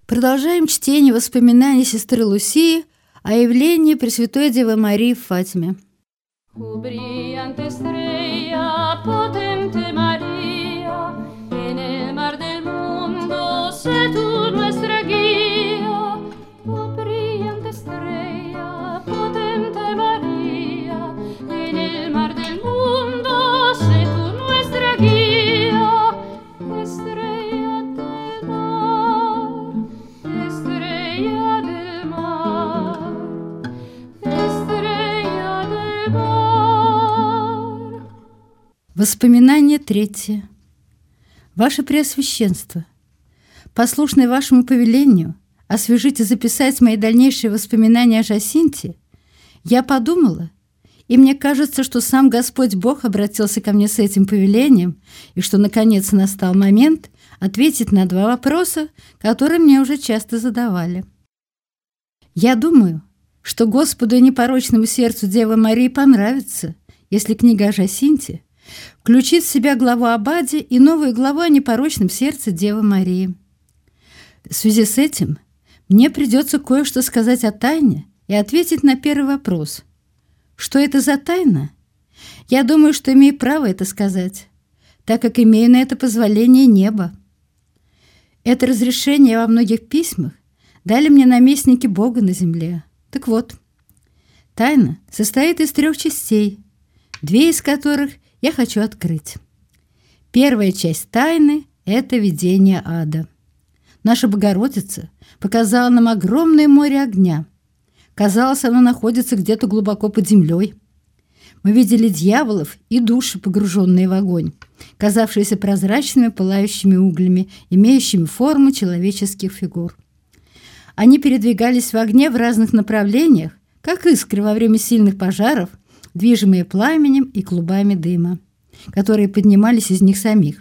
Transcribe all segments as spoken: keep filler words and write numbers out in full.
Продолжаем чтение воспоминаний сестры Лусии о явлении Пресвятой Девы Марии в Фатиме. Воспоминание третье. Ваше Преосвященство, послушное вашему повелению освежить и записать мои дальнейшие воспоминания о Жасинте, я подумала, и мне кажется, что сам Господь Бог обратился ко мне с этим повелением, и что, наконец, настал момент ответить на два вопроса, которые мне уже часто задавали. Я думаю, что Господу и непорочному сердцу Девы Марии понравится, если книга о Жасинте включит в себя главу об Аде и новую главу о непорочном сердце Девы Марии. В связи с этим мне придется кое-что сказать о тайне и ответить на первый вопрос. Что это за тайна? Я думаю, что имею право это сказать, так как имею на это позволение неба. Это разрешение во многих письмах дали мне наместники Бога на земле. Так вот, тайна состоит из трех частей, две из которых я хочу открыть. Первая часть тайны – это видение ада. Наша Богородица показала нам огромное море огня. Казалось, оно находится где-то глубоко под землей. Мы видели дьяволов и души, погруженные в огонь, казавшиеся прозрачными пылающими углями, имеющими форму человеческих фигур. Они передвигались в огне в разных направлениях, как искры во время сильных пожаров, движимые пламенем и клубами дыма, которые поднимались из них самих.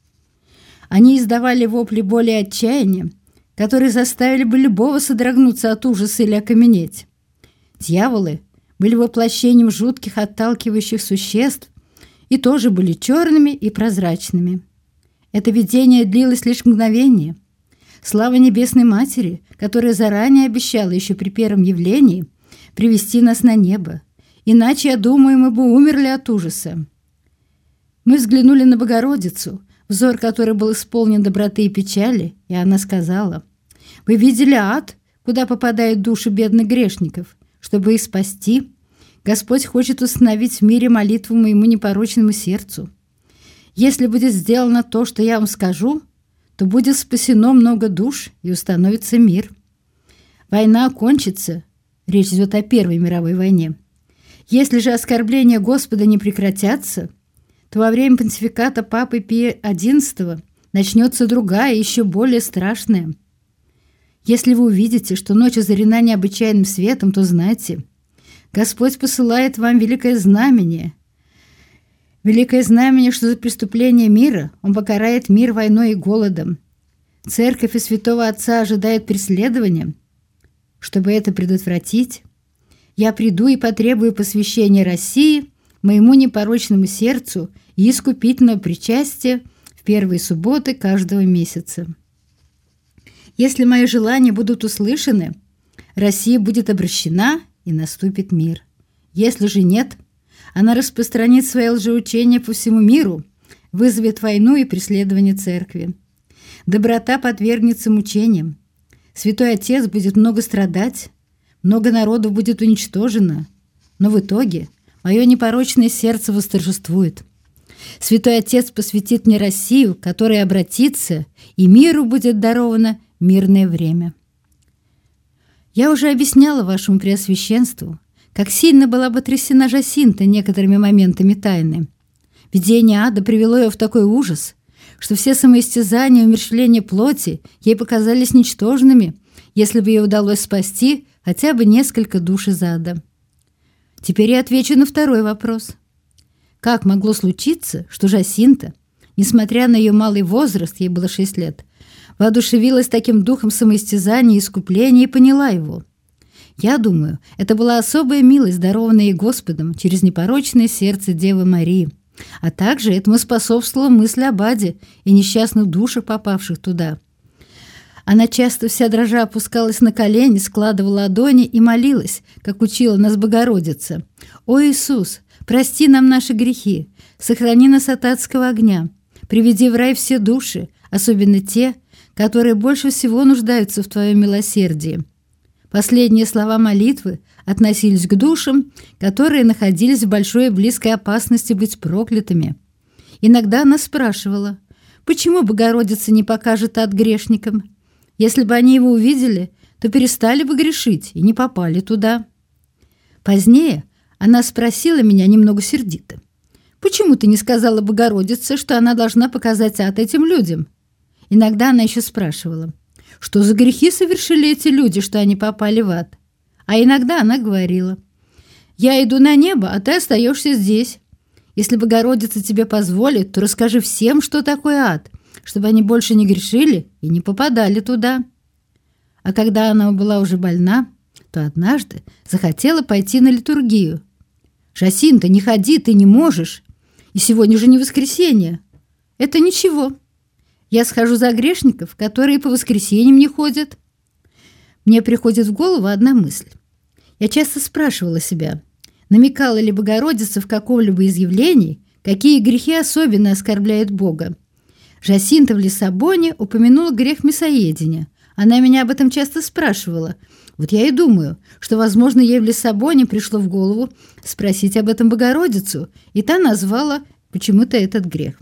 Они издавали вопли боли и отчаяния, которые заставили бы любого содрогнуться от ужаса или окаменеть. Дьяволы были воплощением жутких отталкивающих существ и тоже были черными и прозрачными. Это видение длилось лишь мгновение. Слава Небесной Матери, которая заранее обещала еще при первом явлении привести нас на небо. Иначе, я думаю, мы бы умерли от ужаса. Мы взглянули на Богородицу, взор которой был исполнен доброты и печали, и она сказала: «Вы видели ад, куда попадают души бедных грешников? Чтобы их спасти, Господь хочет установить в мире молитву моему непорочному сердцу. Если будет сделано то, что я вам скажу, то будет спасено много душ и установится мир. Война окончится». Речь идет о Первой мировой войне. Если же оскорбления Господа не прекратятся, то во время понтификата Папы Пия одиннадцатого начнется другая, еще более страшная. Если вы увидите, что ночь озарена необычайным светом, то знайте, Господь посылает вам великое знамение. Великое знамение, что за преступление мира Он покарает мир войной и голодом. Церковь и Святого Отца ожидают преследования. Чтобы это предотвратить, я приду и потребую посвящения России, моему непорочному сердцу и искупительного причастия в первые субботы каждого месяца. Если мои желания будут услышаны, Россия будет обращена и наступит мир. Если же нет, она распространит свои лжеучения по всему миру, вызовет войну и преследование церкви. Доброта подвергнется мучениям. Святой Отец будет много страдать, много народов будет уничтожено, но в итоге мое непорочное сердце восторжествует. Святой Отец посвятит мне Россию, которая обратится, и миру будет даровано мирное время. Я уже объясняла вашему Преосвященству, как сильно была потрясена Жасинта некоторыми моментами тайны. Видение ада привело ее в такой ужас, что все самоистязания и умерщвления плоти ей показались ничтожными, если бы ей удалось спасти хотя бы несколько душ из ада. Теперь я отвечу на второй вопрос. Как могло случиться, что Жасинта, несмотря на ее малый возраст, ей было шесть лет, воодушевилась таким духом самоистязания и искупления и поняла его? Я думаю, это была особая милость, дарованная ей Господом через непорочное сердце Девы Марии, а также этому способствовала мысль об аде и несчастных душах, попавших туда. Она часто вся дрожа опускалась на колени, складывала ладони и молилась, как учила нас Богородица. «О Иисус, прости нам наши грехи, сохрани нас от адского огня, приведи в рай все души, особенно те, которые больше всего нуждаются в Твоем милосердии». Последние слова молитвы относились к душам, которые находились в большой и близкой опасности быть проклятыми. Иногда она спрашивала, почему Богородица не покажет ад грешникам? Если бы они его увидели, то перестали бы грешить и не попали туда. Позднее она спросила меня немного сердито, почему ты не сказала Богородице, что она должна показать ад этим людям? Иногда она еще спрашивала, что за грехи совершили эти люди, что они попали в ад? А иногда она говорила, «Я иду на небо, а ты остаешься здесь. Если Богородица тебе позволит, то расскажи всем, что такое ад, чтобы они больше не грешили и не попадали туда». А когда она была уже больна, то однажды захотела пойти на литургию. «Жасинта, не ходи, ты не можешь. И сегодня же не воскресенье». «Это ничего. Я схожу за грешников, которые по воскресеньям не ходят». Мне приходит в голову одна мысль. Я часто спрашивала себя, намекала ли Богородица в каком-либо из явлений, какие грехи особенно оскорбляют Бога. Жасинта в Лиссабоне упомянула грех мясоедения. Она меня об этом часто спрашивала. Вот я и думаю, что, возможно, ей в Лиссабоне пришло в голову спросить об этом Богородицу, и та назвала почему-то этот грех.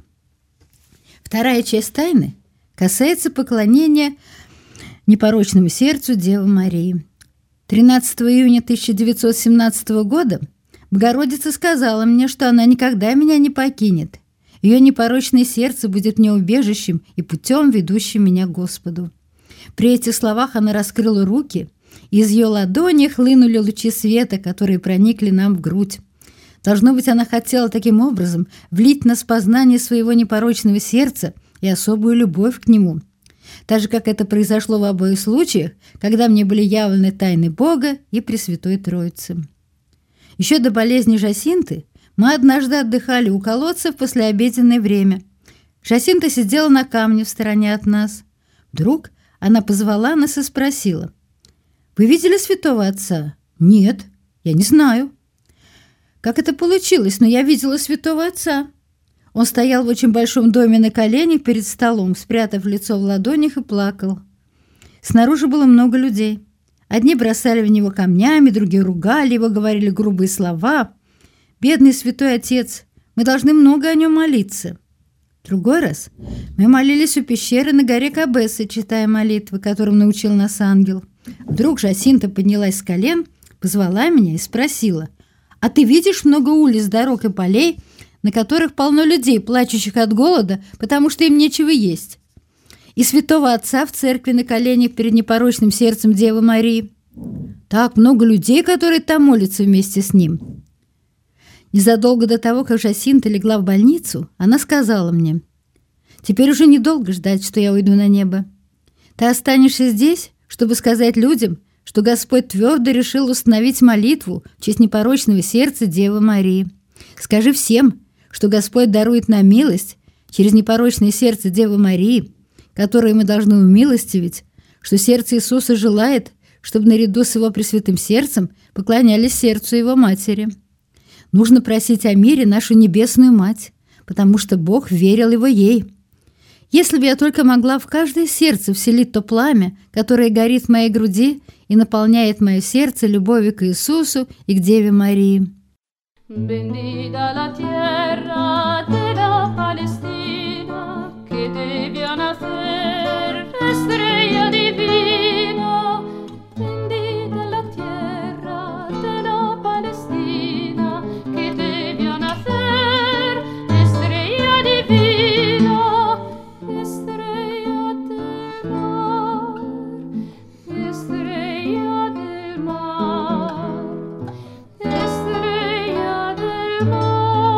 Вторая часть тайны касается поклонения непорочному сердцу Девы Марии. тринадцатого июня тысяча девятьсот семнадцатого года Богородица сказала мне, что она никогда меня не покинет. Ее непорочное сердце будет мне убежищем и путем, ведущим меня к Господу. При этих словах она раскрыла руки, и из ее ладони хлынули лучи света, которые проникли нам в грудь. Должно быть, она хотела таким образом влить в нас познание своего непорочного сердца и особую любовь к нему. Так же, как это произошло в обоих случаях, когда мне были явлены тайны Бога и Пресвятой Троицы. Еще до болезни Жасинты мы однажды отдыхали у колодца в послеобеденное время. Жасинта сидела на камне в стороне от нас. Вдруг она позвала нас и спросила, «Вы видели святого отца?» «Нет, я не знаю». «Как это получилось? Но я видела святого отца». Он стоял в очень большом доме на коленях перед столом, спрятав лицо в ладонях и плакал. Снаружи было много людей. Одни бросали в него камнями, другие ругали его, говорили грубые слова. «Бедный святой отец, мы должны много о нем молиться». Другой раз мы молились у пещеры на горе Кабесы, читая молитвы, которым научил нас ангел. Вдруг Жасинта поднялась с колен, позвала меня и спросила, «А ты видишь много улиц, дорог и полей, на которых полно людей, плачущих от голода, потому что им нечего есть? И святого отца в церкви на коленях перед непорочным сердцем Девы Марии? Так много людей, которые там молятся вместе с ним». Незадолго до того, как Жасинта легла в больницу, она сказала мне, «Теперь уже недолго ждать, что я уйду на небо. Ты останешься здесь, чтобы сказать людям, что Господь твердо решил установить молитву в честь непорочного сердца Девы Марии. Скажи всем, что Господь дарует нам милость через непорочное сердце Девы Марии, которое мы должны умилостивить, что сердце Иисуса желает, чтобы наряду с Его Пресвятым сердцем поклонялись сердцу Его Матери. Нужно просить о мире нашу Небесную Мать, потому что Бог верил Его ей. Если бы я только могла в каждое сердце вселить то пламя, которое горит в моей груди и наполняет мое сердце любовью к Иисусу и к Деве Марии». Bendita la tierra de la Palestina, que te vio nacer, estrella divina. Bendita la tierra de la Palestina, que te vio nacer, estrella divina, estrella del mar, estrella del mar, estrella del mar.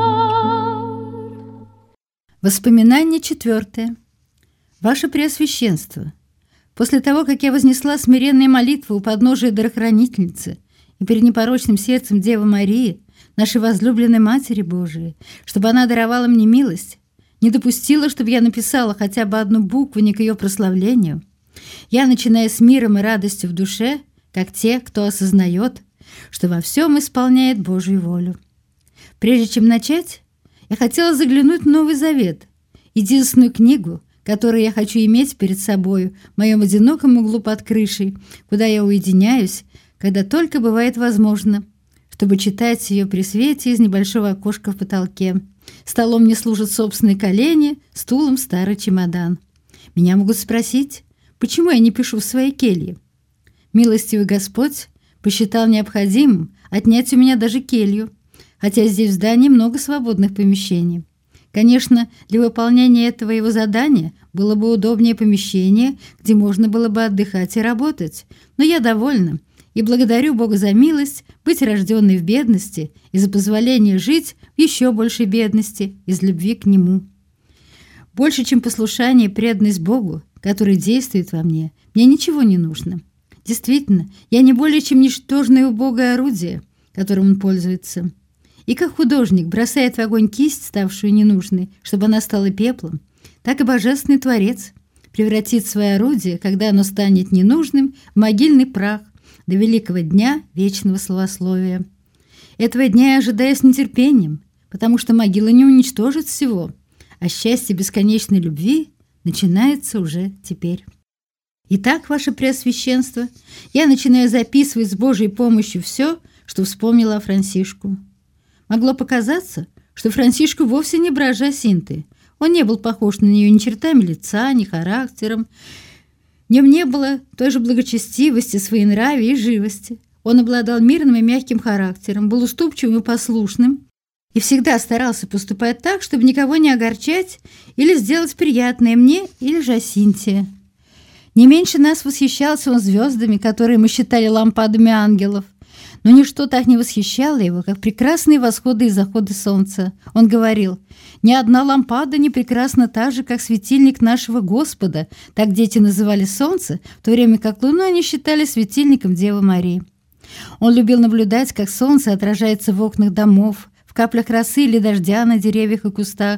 Воспоминание четвертое. Ваше Преосвященство, после того, как я вознесла смиренные молитвы у подножия Дарохранительницы и перед непорочным сердцем Девы Марии, нашей возлюбленной Матери Божией, чтобы она даровала мне милость, не допустила, чтобы я написала хотя бы одну букву не к ее прославлению, Я начинаю с миром и радостью в душе, как те, кто осознает, что во всем исполняет Божью волю. Прежде чем начать, я хотела заглянуть в Новый Завет, единственную книгу, которую я хочу иметь перед собою в моем одиноком углу под крышей, куда я уединяюсь, когда только бывает возможно, чтобы читать ее при свете из небольшого окошка в потолке. Столом мне служат собственные колени, стулом старый чемодан. Меня могут спросить, почему я не пишу в своей келье. Милостивый Господь посчитал необходимым отнять у меня даже келью, хотя здесь в здании много свободных помещений. Конечно, для выполнения этого его задания было бы удобнее помещение, где можно было бы отдыхать и работать, но я довольна и благодарю Бога за милость быть рожденной в бедности и за позволение жить в еще большей бедности из любви к Нему. Больше, чем послушание и преданность Богу, который действует во мне, мне ничего не нужно. Действительно, я не более чем ничтожное и убогое орудие, которым Он пользуется. И как художник бросает в огонь кисть, ставшую ненужной, чтобы она стала пеплом, так и Божественный Творец превратит свое орудие, когда оно станет ненужным, в могильный прах до великого дня вечного славословия. Этого дня я ожидаю с нетерпением, потому что могила не уничтожит всего, а счастье бесконечной любви начинается уже теперь. Итак, Ваше Преосвященство, я начинаю записывать с Божьей помощью все, что вспомнила о Франсишку. Могло показаться, что Франсишку вовсе не брат Жасинты. Он не был похож на нее ни чертами лица, ни характером. В нем не было той же благочестивости, своенравия и живости. Он обладал мирным и мягким характером, был уступчивым и послушным и всегда старался поступать так, чтобы никого не огорчать или сделать приятное мне или Жасинте. Не меньше нас восхищался он звездами, которые мы считали лампадами ангелов. Но ничто так не восхищало его, как прекрасные восходы и заходы солнца. Он говорил: «Ни одна лампада не прекрасна так же, как светильник нашего Господа». Так дети называли солнце, в то время как луну они считали светильником Девы Марии. Он любил наблюдать, как солнце отражается в окнах домов, в каплях росы или дождя на деревьях и кустах.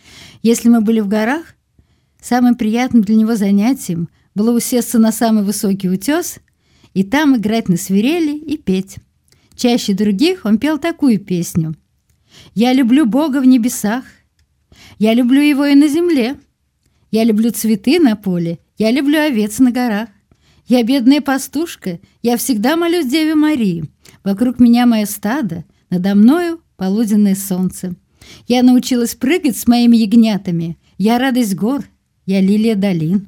Если мы были в горах, самым приятным для него занятием было усесться на самый высокий утес и там играть на свирели и петь. Чаще других он пел такую песню: «Я люблю Бога в небесах, я люблю Его и на земле, я люблю цветы на поле, я люблю овец на горах, я бедная пастушка, я всегда молюсь Деве Марии, вокруг меня мое стадо, надо мною полуденное солнце. Я научилась прыгать с моими ягнятами, я радость гор, я лилия долин».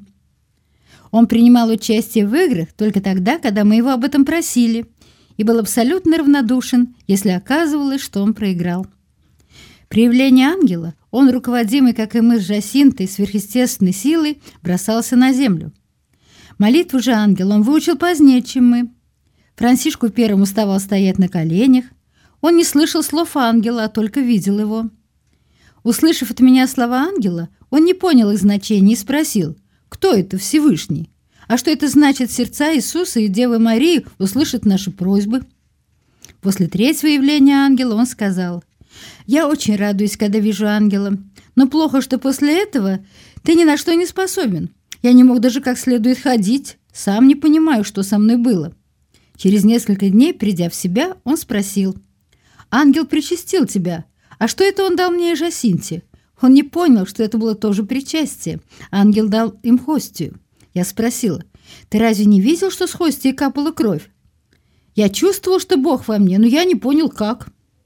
Он принимал участие в играх только тогда, когда мы его об этом просили, и был абсолютно равнодушен, если оказывалось, что он проиграл. При явлении ангела он, руководимый, как и мы с Жасинтой, сверхъестественной силой, бросался на землю. Молитву же ангела он выучил позднее, чем мы. Франсишку первым уставал стоять на коленях. Он не слышал слов ангела, а только видел его. Услышав от меня слова ангела, он не понял их значения и спросил: «Кто это Всевышний? А что это значит, сердца Иисуса и Девы Марии услышат наши просьбы?» После третьего явления ангела он сказал: «Я очень радуюсь, когда вижу ангела, но плохо, что после этого ты ни на что не способен. Я не мог даже как следует ходить, сам не понимаю, что со мной было». Через несколько дней, придя в себя, он спросил: «Ангел причастил тебя, а что это он дал мне и Жасинте?» Он не понял, что это было тоже причастие. Ангел дал им хостию. Я спросила: «Ты разве не видел, что с хостии капала кровь?» «Я чувствовал, что Бог во мне, но я не понял, как».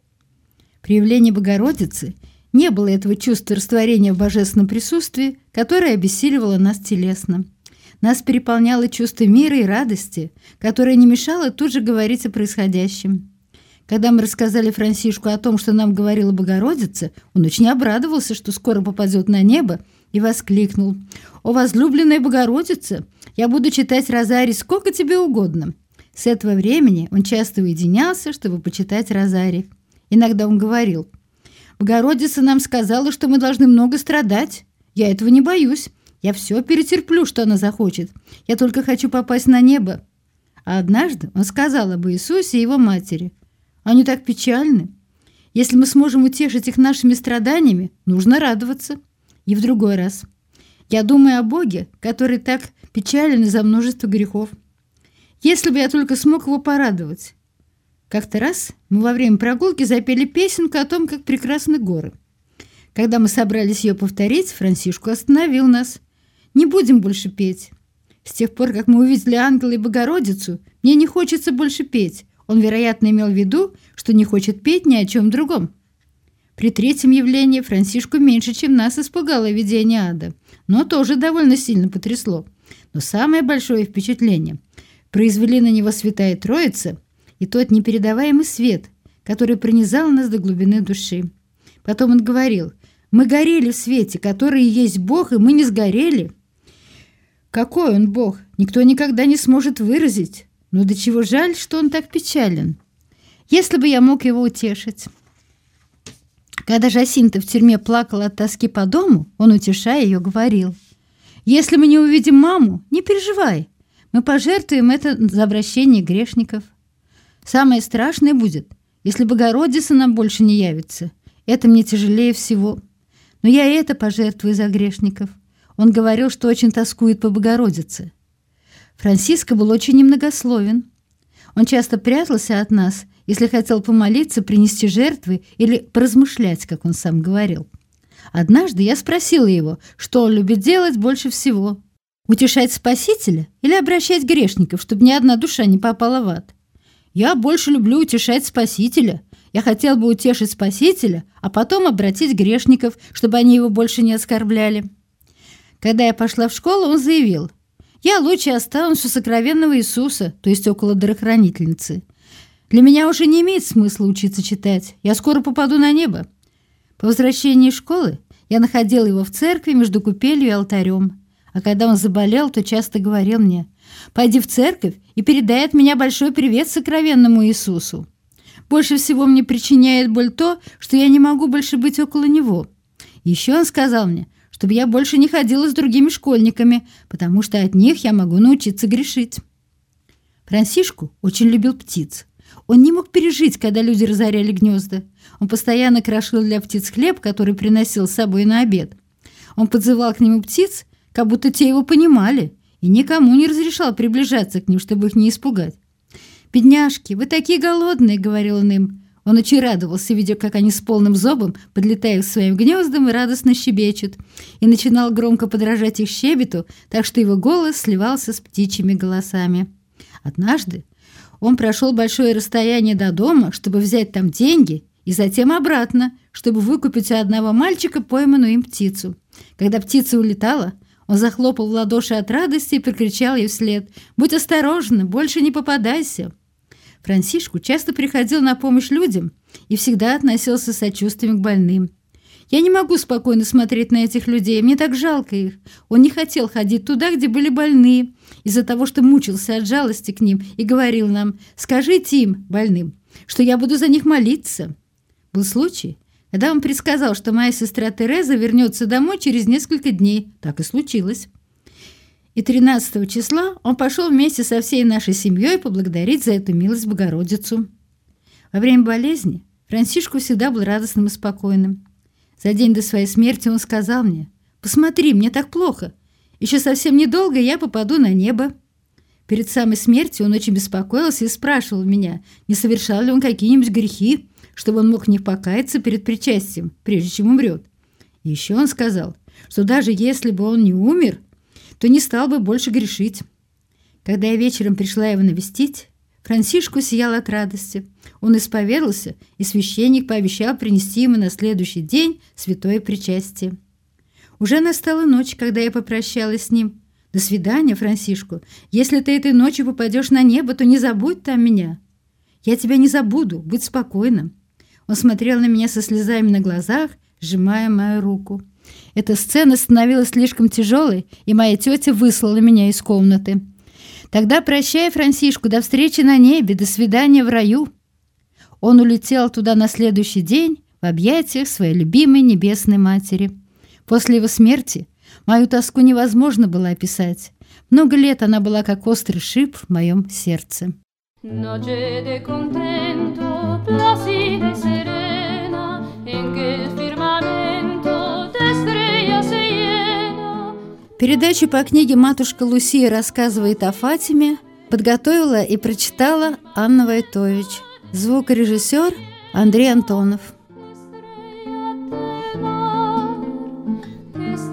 При явлении Богородицы не было этого чувства растворения в божественном присутствии, которое обессиливало нас телесно. Нас переполняло чувство мира и радости, которое не мешало тут же говорить о происходящем. Когда мы рассказали Франсишку о том, что нам говорила Богородица, он очень обрадовался, что скоро попадет на небо, и воскликнул: «О, возлюбленная Богородица, я буду читать розарий сколько тебе угодно». С этого времени он часто уединялся, чтобы почитать розарий. Иногда он говорил: «Богородица нам сказала, что мы должны много страдать. Я этого не боюсь. Я все перетерплю, что она захочет. Я только хочу попасть на небо». А однажды он сказал об Иисусе и его матери: «Они так печальны. Если мы сможем утешить их нашими страданиями, нужно радоваться». И в другой раз: «Я думаю о Боге, который так печален из-за множества грехов. Если бы я только смог его порадовать. Как-то раз мы во время прогулки запели песенку о том, как прекрасны горы. Когда мы собрались ее повторить, Франсишку остановил нас. «Не будем больше петь. С тех пор, как мы увидели ангела и Богородицу, мне не хочется больше петь». Он, вероятно, имел в виду, что не хочет петь ни о чем другом. При третьем явлении Франсишку меньше, чем нас, испугало видение ада, но тоже довольно сильно потрясло. Но самое большое впечатление произвели на него Святая Троица и тот непередаваемый свет, который пронизал нас до глубины души. Потом он говорил: «Мы горели в свете, который и есть Бог, и мы не сгорели». Какой он Бог, никто никогда не сможет выразить, но до чего жаль, что он так печален. Если бы я мог его утешить. Когда Жасинта в тюрьме плакала от тоски по дому, он, утешая ее, говорил: «Если мы не увидим маму, не переживай, мы пожертвуем это за обращение грешников. Самое страшное будет, если Богородица нам больше не явится. Это мне тяжелее всего. Но я и это пожертвую за грешников». Он говорил, что очень тоскует по Богородице. Франциско был очень немногословен. Он часто прятался от нас, если хотел помолиться, принести жертвы или поразмышлять, как он сам говорил. Однажды я спросила его, что он любит делать больше всего: утешать Спасителя или обращать грешников, чтобы ни одна душа не попала в ад. «Я больше люблю утешать Спасителя. Я хотел бы утешить Спасителя, а потом обратить грешников, чтобы они его больше не оскорбляли». Когда я пошла в школу, он заявил: «Я лучше останусь у сокровенного Иисуса, то есть около дарохранительницы. Для меня уже не имеет смысла учиться читать. Я скоро попаду на небо». По возвращении из школы я находила его в церкви между купелью и алтарем. А когда он заболел, то часто говорил мне: «Пойди в церковь и передай от меня большой привет сокровенному Иисусу». Больше всего мне причиняет боль то, что я не могу больше быть около него. Еще он сказал мне, чтобы я больше не ходила с другими школьниками, потому что от них я могу научиться грешить. Франсишку очень любил птиц. Он не мог пережить, когда люди разоряли гнезда. Он постоянно крошил для птиц хлеб, который приносил с собой на обед. Он подзывал к нему птиц, как будто те его понимали, и никому не разрешал приближаться к ним, чтобы их не испугать. «Бедняжки, вы такие голодные», — говорил он им. Он очень радовался, видя, как они с полным зобом подлетают к своим гнездам и радостно щебечут, и начинал громко подражать их щебету, так что его голос сливался с птичьими голосами. Однажды он прошел большое расстояние до дома, чтобы взять там деньги, и затем обратно, чтобы выкупить у одного мальчика пойманную им птицу. Когда птица улетала, он захлопал в ладоши от радости и прикричал ей вслед: «Будь осторожна, больше не попадайся». Франсишку часто приходил на помощь людям и всегда относился с сочувствием к больным. Я не могу спокойно смотреть на этих людей, мне так жалко их. Он не хотел ходить туда, где были больные, из-за того, что мучился от жалости к ним, и говорил нам: «Скажите им, больным, что я буду за них молиться». Был случай, когда он предсказал, что моя сестра Тереза вернется домой через несколько дней. Так и случилось. И тринадцатого числа он пошел вместе со всей нашей семьей поблагодарить за эту милость Богородицу. Во время болезни Франсишку всегда был радостным и спокойным. За день до своей смерти он сказал мне: «Посмотри, мне так плохо. Еще совсем недолго, я попаду на небо». Перед самой смертью он очень беспокоился и спрашивал меня, не совершал ли он какие-нибудь грехи, чтобы он мог в них покаяться перед причастием, прежде чем умрет. И еще он сказал, что даже если бы он не умер, то не стал бы больше грешить. Когда я вечером пришла его навестить, Франсишку сиял от радости. Он исповедался, и священник пообещал принести ему на следующий день святое причастие. Уже настала ночь, когда я попрощалась с ним. «До свидания, Франсишку. Если ты этой ночью попадешь на небо, то не забудь там меня». «Я тебя не забуду, будь спокойна». Он смотрел на меня со слезами на глазах, сжимая мою руку. Эта сцена становилась слишком тяжелой, и моя тетя выслала меня из комнаты. «Тогда прощай, Франсишку, до встречи на небе, до свидания в раю». Он улетел туда на следующий день в объятиях своей любимой небесной матери. После его смерти мою тоску невозможно было описать. Много лет она была как острый шип в моем сердце. Noche de contento, plácida y serena, en que el firmamento de estrellas se llena, Передачу по книге «Матушка Лусия рассказывает о Фатиме» подготовила и прочитала Анна Войтович. Звукорежиссер Андрей Антонов.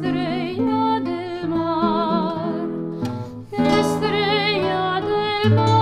Estrella del mar,